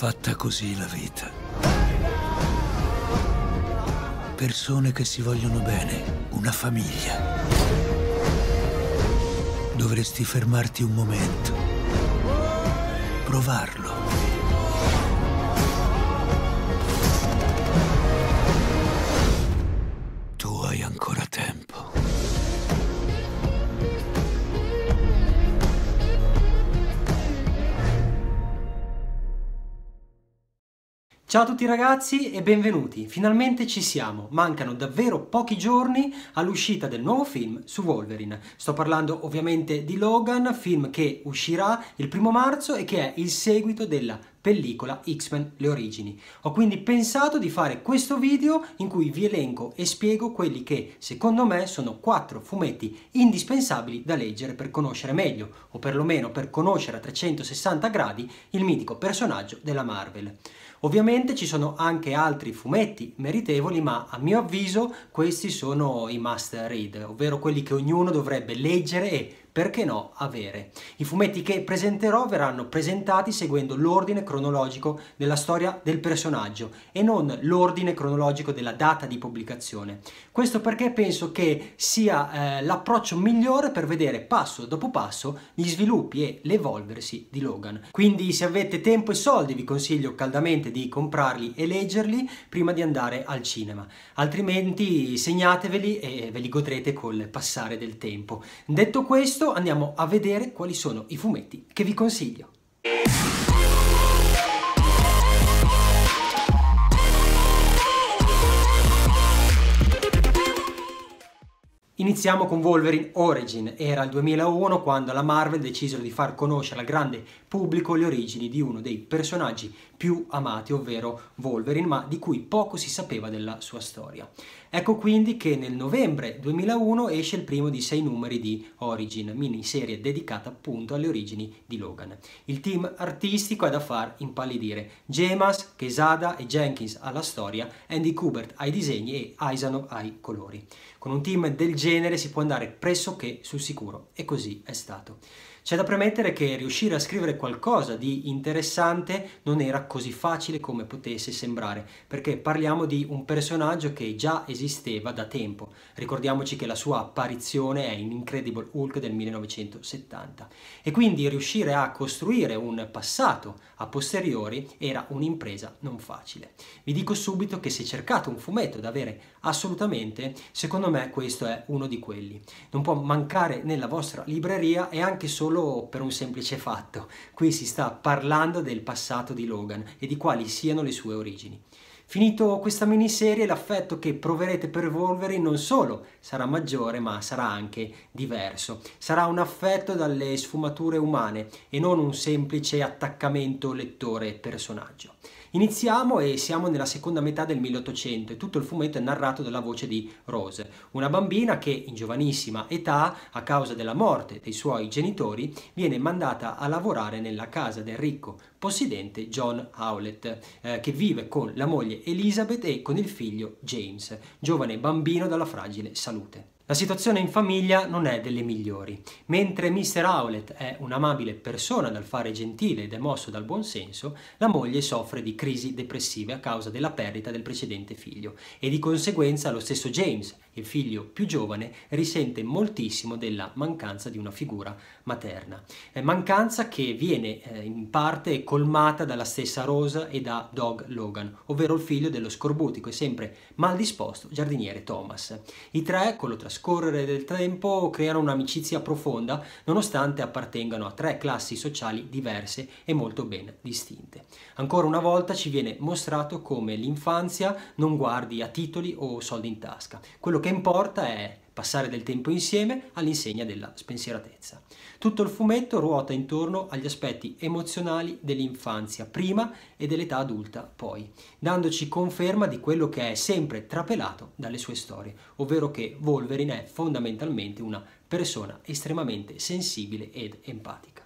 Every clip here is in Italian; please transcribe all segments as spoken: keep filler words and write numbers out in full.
fatta così la vita. Persone che si vogliono bene, una famiglia. Dovresti fermarti un momento, provarlo. Tu hai ancora tempo. Ciao a tutti ragazzi e benvenuti, finalmente ci siamo, mancano davvero pochi giorni all'uscita del nuovo film su Wolverine. Sto parlando ovviamente di Logan, film che uscirà il primo marzo e che è il seguito della pellicola X-Men Le Origini. Ho quindi pensato di fare questo video in cui vi elenco e spiego quelli che secondo me sono quattro fumetti indispensabili da leggere per conoscere meglio, o perlomeno per conoscere a trecentosessanta gradi, il mitico personaggio della Marvel. Ovviamente ci sono anche altri fumetti meritevoli, ma a mio avviso questi sono i must read, ovvero quelli che ognuno dovrebbe leggere e, perché no, avere. I fumetti che presenterò verranno presentati seguendo l'ordine cronologico della storia del personaggio e non l'ordine cronologico della data di pubblicazione. Questo perché penso che sia eh, l'approccio migliore per vedere passo dopo passo gli sviluppi e l'evolversi di Logan. Quindi se avete tempo e soldi vi consiglio caldamente di comprarli e leggerli prima di andare al cinema, altrimenti segnateveli e ve li godrete col passare del tempo. Detto questo, andiamo a vedere quali sono i fumetti che vi consiglio. Iniziamo con Wolverine Origin. Era il duemilauno quando la Marvel decisero di far conoscere al grande pubblico le origini di uno dei personaggi più amati, ovvero Wolverine, ma di cui poco si sapeva della sua storia. Ecco quindi che nel novembre duemilauno esce il primo di sei numeri di Origin, miniserie dedicata appunto alle origini di Logan. Il team artistico è da far impallidire: Gemas, Quesada e Jenkins alla storia, Andy Kubert ai disegni e Isanov ai colori. Con un team del genere si può andare pressoché sul sicuro, e così è stato. C'è da premettere che riuscire a scrivere qualcosa di interessante non era così facile come potesse sembrare, perché parliamo di un personaggio che già esisteva da tempo. Ricordiamoci che la sua apparizione è in Incredible Hulk del millenovecentosettanta, e quindi riuscire a costruire un passato a posteriori era un'impresa non facile. Vi dico subito che se cercate un fumetto da avere assolutamente, secondo me questo è uno di quelli. Non può mancare nella vostra libreria, e anche solo per un semplice fatto: qui si sta parlando del passato di Logan e di quali siano le sue origini. Finito questa miniserie, l'affetto che proverete per Wolverine non solo sarà maggiore, ma sarà anche diverso. Sarà un affetto dalle sfumature umane e non un semplice attaccamento lettore-personaggio. Iniziamo e siamo nella seconda metà del milleottocento e tutto il fumetto è narrato dalla voce di Rose, una bambina che in giovanissima età, a causa della morte dei suoi genitori, viene mandata a lavorare nella casa del ricco possidente John Howlett, eh, che vive con la moglie Elizabeth e con il figlio James, giovane bambino dalla fragile salute. La situazione in famiglia non è delle migliori. Mentre mister Howlett è un'amabile persona dal fare gentile ed è mosso dal buon senso, la moglie soffre di crisi depressive a causa della perdita del precedente figlio, e di conseguenza lo stesso James, il figlio più giovane, risente moltissimo della mancanza di una figura materna. Eh, mancanza che viene eh, in parte colmata dalla stessa Rose e da Dog Logan, ovvero il figlio dello scorbutico e sempre mal disposto giardiniere Thomas. I tre, con lo trascorrere del tempo, creano un'amicizia profonda, nonostante appartengano a tre classi sociali diverse e molto ben distinte. Ancora una volta ci viene mostrato come l'infanzia non guardi a titoli o soldi in tasca. Quello che importa è passare del tempo insieme all'insegna della spensieratezza. Tutto il fumetto ruota intorno agli aspetti emozionali dell'infanzia prima e dell'età adulta poi, dandoci conferma di quello che è sempre trapelato dalle sue storie, ovvero che Wolverine è fondamentalmente una persona estremamente sensibile ed empatica.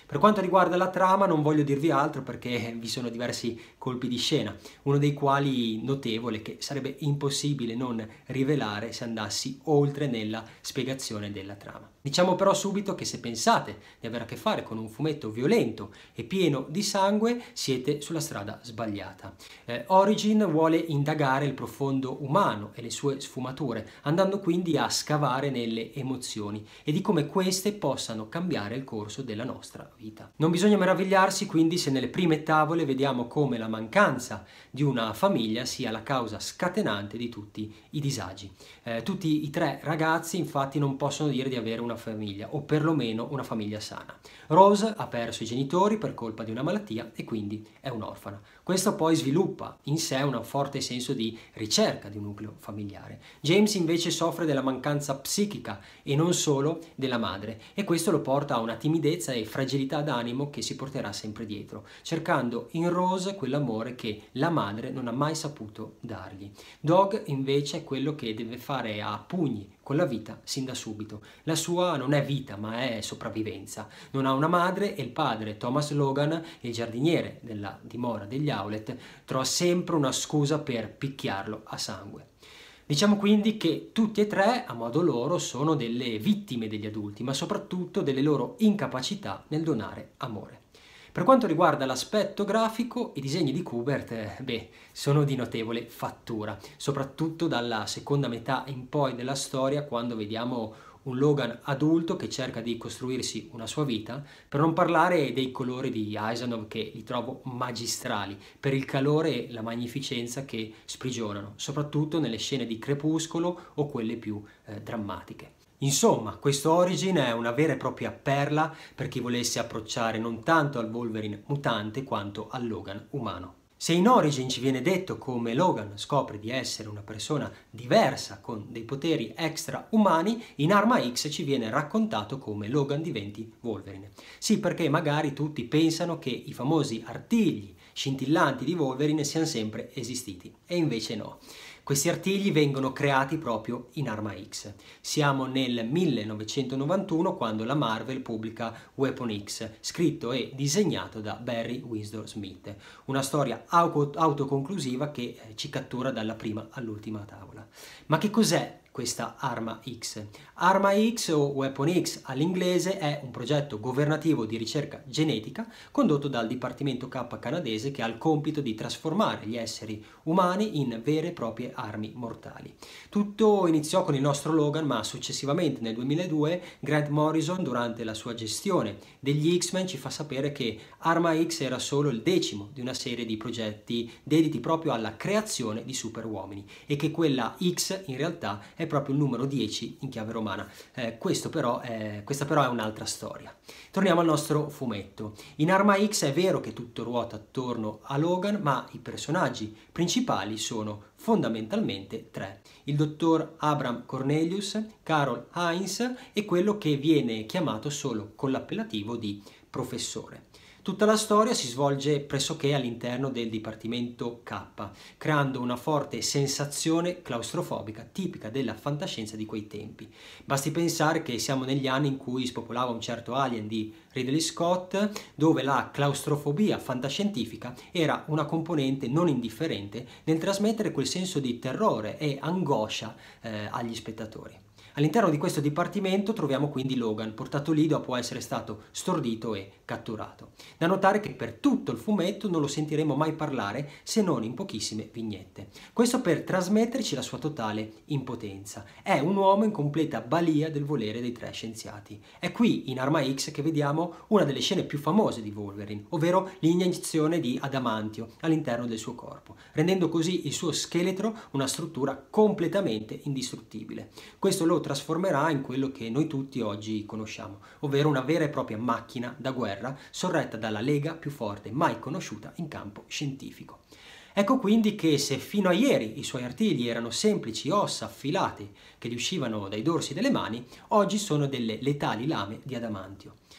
Per quanto riguarda la trama non voglio dirvi altro perché vi sono diversi colpi di scena, uno dei quali notevole che sarebbe impossibile non rivelare se andassi oltre nella spiegazione della trama. Diciamo però subito che se pensate di avere a che fare con un fumetto violento e pieno di sangue siete sulla strada sbagliata. Eh, Origin vuole indagare il profondo umano e le sue sfumature, andando quindi a scavare nelle emozioni e di come queste possano cambiare il corso della nostra vita. Non bisogna meravigliarsi quindi se nelle prime tavole vediamo come la mancanza di una famiglia sia la causa scatenante di tutti i disagi. Eh, tutti i tre ragazzi infatti non possono dire di avere una famiglia, o perlomeno una famiglia sana. Rose ha perso i genitori per colpa di una malattia e quindi è un'orfana. Questo poi sviluppa in sé un forte senso di ricerca di un nucleo familiare. James invece soffre della mancanza psichica e non solo della madre, e questo lo porta a una timidezza e fragilità d'animo che si porterà sempre dietro, cercando in Rose quell'amore che la madre non ha mai saputo dargli. Dog invece è quello che deve fare a pugni con la vita sin da subito. La sua non è vita ma è sopravvivenza. Non ha una madre e il padre, Thomas Logan, il giardiniere della dimora degli Howlett, trova sempre una scusa per picchiarlo a sangue. Diciamo quindi che tutti e tre, a modo loro, sono delle vittime degli adulti, ma soprattutto delle loro incapacità nel donare amore. Per quanto riguarda l'aspetto grafico, i disegni di Kubert, eh, beh, sono di notevole fattura, soprattutto dalla seconda metà in poi della storia, quando vediamo un Logan adulto che cerca di costruirsi una sua vita, per non parlare dei colori di Isanove che li trovo magistrali, per il calore e la magnificenza che sprigionano, soprattutto nelle scene di crepuscolo o quelle più eh, drammatiche. Insomma, questo Origin è una vera e propria perla per chi volesse approcciare non tanto al Wolverine mutante quanto al Logan umano. Se in Origin ci viene detto come Logan scopre di essere una persona diversa con dei poteri extra umani, in Arma X ci viene raccontato come Logan diventi Wolverine. Sì, perché magari tutti pensano che i famosi artigli scintillanti di Wolverine siano sempre esistiti, e invece no. Questi artigli vengono creati proprio in Arma X. Siamo nel millenovecentonovantuno quando la Marvel pubblica Weapon X, scritto e disegnato da Barry Windsor Smith. Una storia autoconclusiva che ci cattura dalla prima all'ultima tavola. Ma che cos'è questa Arma X? Arma X o Weapon X all'inglese è un progetto governativo di ricerca genetica condotto dal Dipartimento K canadese che ha il compito di trasformare gli esseri umani in vere e proprie armi mortali. Tutto iniziò con il nostro Logan, ma successivamente nel duemiladue Grant Morrison, durante la sua gestione degli X-Men, ci fa sapere che Arma X era solo il decimo di una serie di progetti dediti proprio alla creazione di superuomini e che quella X in realtà è proprio il numero dieci in chiave romana. Eh, questo però è, questa però è un'altra storia. Torniamo al nostro fumetto. In Arma X è vero che tutto ruota attorno a Logan, ma i personaggi principali sono fondamentalmente tre. Il dottor Abram Cornelius, Carol Heinz e quello che viene chiamato solo con l'appellativo di professore. Tutta la storia si svolge pressoché all'interno del Dipartimento K, creando una forte sensazione claustrofobica tipica della fantascienza di quei tempi. Basti pensare che siamo negli anni in cui spopolava un certo Alien di Ridley Scott, dove la claustrofobia fantascientifica era una componente non indifferente nel trasmettere quel senso di terrore e angoscia eh, agli spettatori. All'interno di questo dipartimento troviamo quindi Logan, portato lì dopo essere stato stordito e catturato. Da notare che per tutto il fumetto non lo sentiremo mai parlare se non in pochissime vignette. Questo per trasmetterci la sua totale impotenza. È un uomo in completa balia del volere dei tre scienziati. È qui in Arma X che vediamo una delle scene più famose di Wolverine, ovvero l'iniezione di adamantio all'interno del suo corpo, rendendo così il suo scheletro una struttura completamente indistruttibile. Questo lo trasformerà in quello che noi tutti oggi conosciamo, ovvero una vera e propria macchina da guerra sorretta dalla lega più forte mai conosciuta in campo scientifico. Ecco quindi che se fino a ieri i suoi artigli erano semplici ossa affilate che gli uscivano dai dorsi delle mani, oggi sono delle letali lame di adamantio.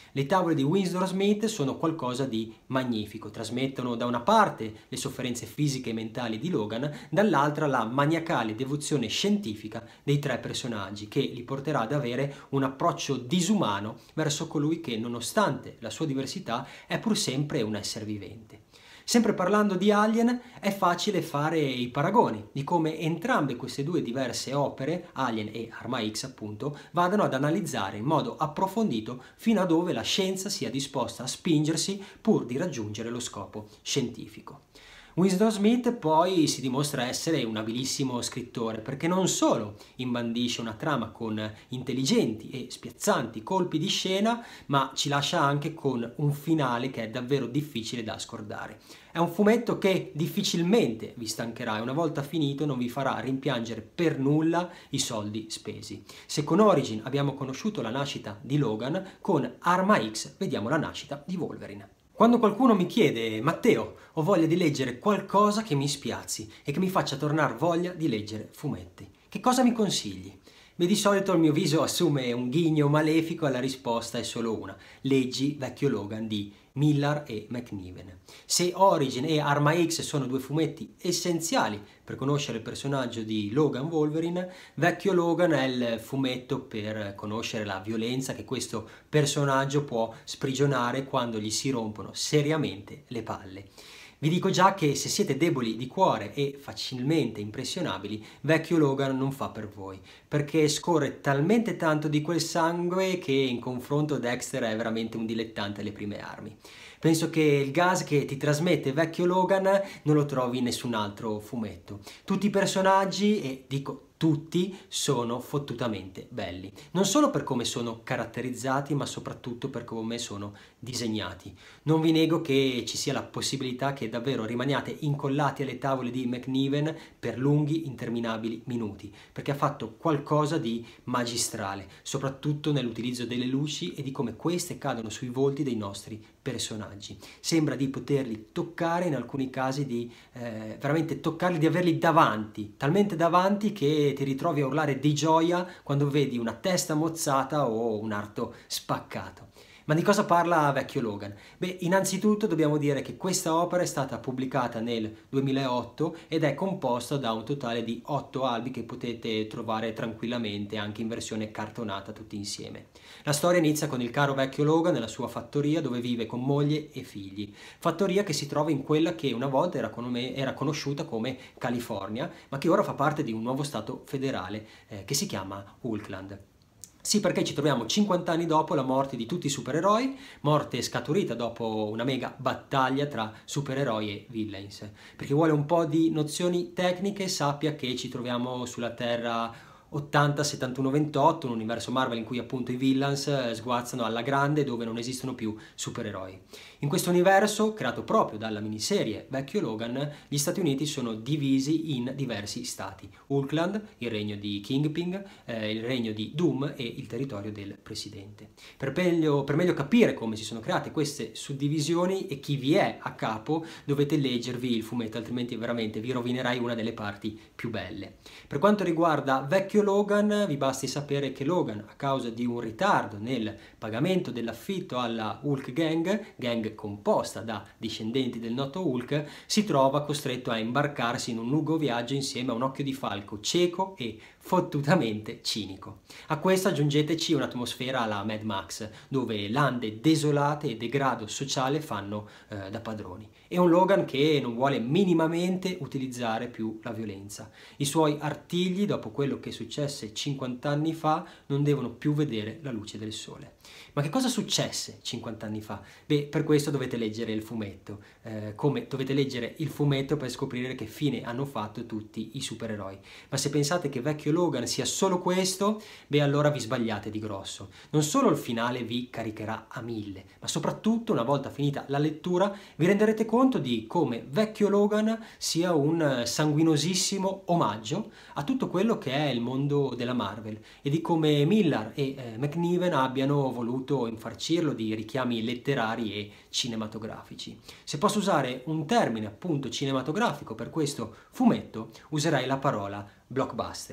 Le tavole di Winsor Smith sono qualcosa di magnifico, trasmettono da una parte le sofferenze fisiche e mentali di Logan, dall'altra la maniacale devozione scientifica dei tre personaggi, che li porterà ad avere un approccio disumano verso colui che, nonostante la sua diversità, è pur sempre un essere vivente. Sempre parlando di Alien, è facile fare i paragoni di come entrambe queste due diverse opere, Alien e Arma X appunto, vadano ad analizzare in modo approfondito fino a dove la scienza sia disposta a spingersi pur di raggiungere lo scopo scientifico. Winsor Smith poi si dimostra essere un abilissimo scrittore, perché non solo imbandisce una trama con intelligenti e spiazzanti colpi di scena, ma ci lascia anche con un finale che è davvero difficile da scordare. È un fumetto che difficilmente vi stancherà e una volta finito non vi farà rimpiangere per nulla i soldi spesi. Se con Origin abbiamo conosciuto la nascita di Logan, con Arma X vediamo la nascita di Wolverine. Quando qualcuno mi chiede: Matteo, ho voglia di leggere qualcosa che mi spiazzi e che mi faccia tornare voglia di leggere fumetti, che cosa mi consigli? Beh, di solito il mio viso assume un ghigno malefico e la risposta è solo una: leggi Vecchio Logan di Millar e McNiven. Se Origin e Arma X sono due fumetti essenziali per conoscere il personaggio di Logan Wolverine, Vecchio Logan è il fumetto per conoscere la violenza che questo personaggio può sprigionare quando gli si rompono seriamente le palle. Vi dico già che se siete deboli di cuore e facilmente impressionabili, Vecchio Logan non fa per voi, perché scorre talmente tanto di quel sangue che in confronto Dexter è veramente un dilettante alle prime armi. Penso che il gas che ti trasmette Vecchio Logan non lo trovi in nessun altro fumetto. Tutti i personaggi, e dico tutti, sono fottutamente belli. Non solo per come sono caratterizzati, ma soprattutto per come sono disegnati. Non vi nego che ci sia la possibilità che davvero rimaniate incollati alle tavole di McNiven per lunghi, interminabili minuti, perché ha fatto qualcosa di magistrale, soprattutto nell'utilizzo delle luci e di come queste cadono sui volti dei nostri personaggi. Sembra di poterli toccare, in alcuni casi di eh, veramente toccarli, di averli davanti, talmente davanti che ti ritrovi a urlare di gioia quando vedi una testa mozzata o un arto spaccato. Ma di cosa parla Vecchio Logan? Beh, innanzitutto dobbiamo dire che questa opera è stata pubblicata nel duemilaotto ed è composta da un totale di otto albi che potete trovare tranquillamente anche in versione cartonata tutti insieme. La storia inizia con il caro Vecchio Logan nella sua fattoria dove vive con moglie e figli. Fattoria che si trova in quella che una volta era, con me, era conosciuta come California, ma che ora fa parte di un nuovo stato federale eh, che si chiama Hulkland. Sì, perché ci troviamo cinquanta anni dopo la morte di tutti i supereroi, morte scaturita dopo una mega battaglia tra supereroi e villains. Per chi vuole un po' di nozioni tecniche sappia che ci troviamo sulla Terra ottanta settantuno ventotto, un universo Marvel in cui appunto i villains sguazzano alla grande, dove non esistono più supereroi. In questo universo, creato proprio dalla miniserie Vecchio Logan, gli Stati Uniti sono divisi in diversi stati: Hulkland, il regno di Kingpin, eh, il regno di Doom e il territorio del presidente. Per meglio, per meglio capire come si sono create queste suddivisioni e chi vi è a capo, dovete leggervi il fumetto, altrimenti veramente vi rovinerai una delle parti più belle. Per quanto riguarda Vecchio Logan, vi basti sapere che Logan, a causa di un ritardo nel pagamento dell'affitto alla Hulk Gang, gang composta da discendenti del noto Hulk, si trova costretto a imbarcarsi in un lungo viaggio insieme a un occhio di falco cieco e fottutamente cinico. A questo aggiungeteci un'atmosfera alla Mad Max, dove lande desolate e degrado sociale fanno eh, da padroni. E un Logan che non vuole minimamente utilizzare più la violenza. I suoi artigli, dopo quello che successe cinquanta anni fa, non devono più vedere la luce del sole. Ma che cosa successe cinquanta anni fa? Beh, per questo dovete leggere il fumetto, eh, come dovete leggere il fumetto per scoprire che fine hanno fatto tutti i supereroi. Ma se pensate che Vecchio Logan sia solo questo, beh allora vi sbagliate di grosso. Non solo il finale vi caricherà a mille, ma soprattutto una volta finita la lettura vi renderete conto di come Vecchio Logan sia un sanguinosissimo omaggio a tutto quello che è il mondo della Marvel e di come Millar e eh, McNiven abbiano voluto infarcirlo di richiami letterari e cinematografici. Se posso usare un termine appunto cinematografico per questo fumetto, userai la parola blockbuster.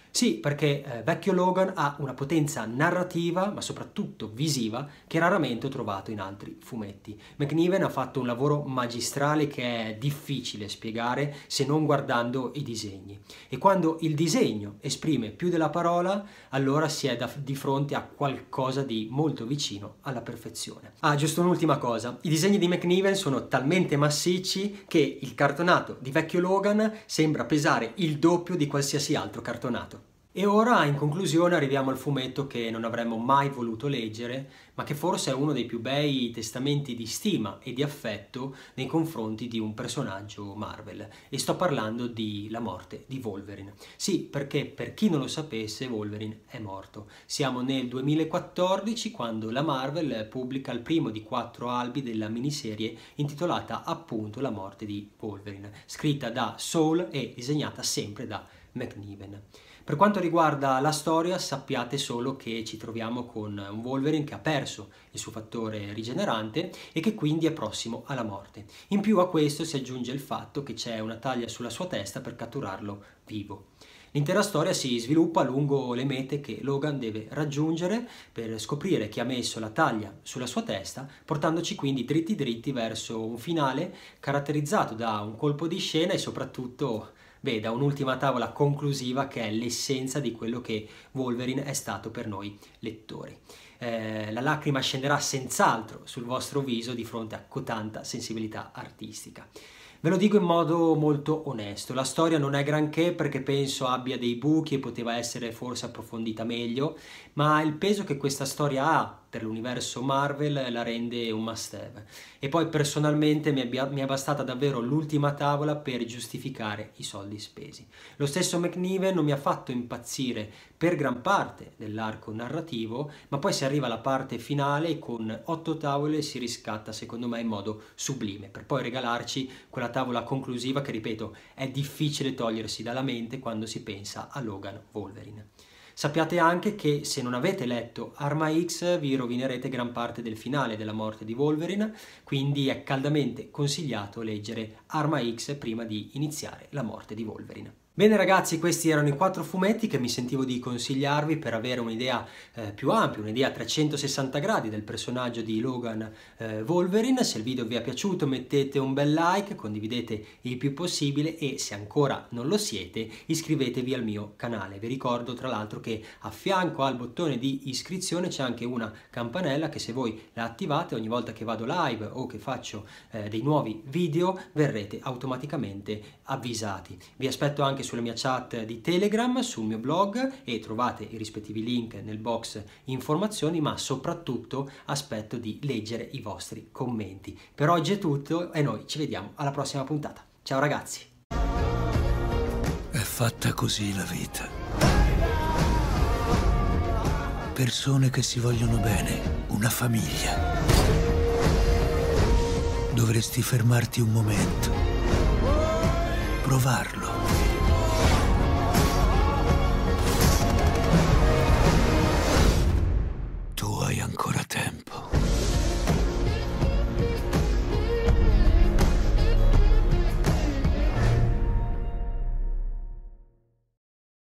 Sì, perché eh, Vecchio Logan ha una potenza narrativa, ma soprattutto visiva, che raramente ho trovato in altri fumetti. McNiven ha fatto un lavoro magistrale che è difficile spiegare se non guardando i disegni. E quando il disegno esprime più della parola, allora si è da, di fronte a qualcosa di molto vicino alla perfezione. Ah, giusto un'ultima cosa. I disegni di McNiven sono talmente massicci che il cartonato di Vecchio Logan sembra pesare il doppio di qualsiasi altro cartonato. E ora, in conclusione, arriviamo al fumetto che non avremmo mai voluto leggere, ma che forse è uno dei più bei testamenti di stima e di affetto nei confronti di un personaggio Marvel. E sto parlando di La morte di Wolverine. Sì, perché per chi non lo sapesse, Wolverine è morto. Siamo nel duemilaquattordici, quando la Marvel pubblica il primo di quattro albi della miniserie intitolata appunto La morte di Wolverine, scritta da Saul e disegnata sempre da McNiven. Per quanto riguarda la storia, sappiate solo che ci troviamo con un Wolverine che ha perso il suo fattore rigenerante e che quindi è prossimo alla morte. In più a questo si aggiunge il fatto che c'è una taglia sulla sua testa per catturarlo vivo. L'intera storia si sviluppa lungo le mete che Logan deve raggiungere per scoprire chi ha messo la taglia sulla sua testa, portandoci quindi dritti dritti verso un finale caratterizzato da un colpo di scena e soprattutto Beh, da un'ultima tavola conclusiva che è l'essenza di quello che Wolverine è stato per noi lettori. Eh, la lacrima scenderà senz'altro sul vostro viso di fronte a cotanta sensibilità artistica. Ve lo dico in modo molto onesto, la storia non è granché perché penso abbia dei buchi e poteva essere forse approfondita meglio, ma il peso che questa storia ha per l'universo Marvel la rende un must have. E poi personalmente mi è, mi è bastata davvero l'ultima tavola per giustificare i soldi spesi. Lo stesso McNiven non mi ha fatto impazzire per gran parte dell'arco narrativo, ma poi si arriva alla parte finale e con otto tavole si riscatta secondo me in modo sublime, per poi regalarci quella tavola conclusiva che, ripeto, è difficile togliersi dalla mente quando si pensa a Logan Wolverine. Sappiate anche che se non avete letto Arma X vi rovinerete gran parte del finale della morte di Wolverine, quindi è caldamente consigliato leggere Arma X prima di iniziare la morte di Wolverine. Bene ragazzi, questi erano i quattro fumetti che mi sentivo di consigliarvi per avere un'idea eh, più ampia, un'idea a trecentosessanta gradi del personaggio di Logan eh, Wolverine. Se il video vi è piaciuto mettete un bel like, condividete il più possibile e se ancora non lo siete iscrivetevi al mio canale. Vi ricordo tra l'altro che a fianco al bottone di iscrizione c'è anche una campanella che se voi la attivate ogni volta che vado live o che faccio eh, dei nuovi video verrete automaticamente avvisati. Vi aspetto anche sulla mia chat di Telegram, sul mio blog e trovate i rispettivi link nel box informazioni, ma soprattutto aspetto di leggere i vostri commenti. Per oggi è tutto e noi ci vediamo alla prossima puntata. Ciao ragazzi! È fatta così la vita. Persone che si vogliono bene, una famiglia. Dovresti fermarti un momento, provarlo.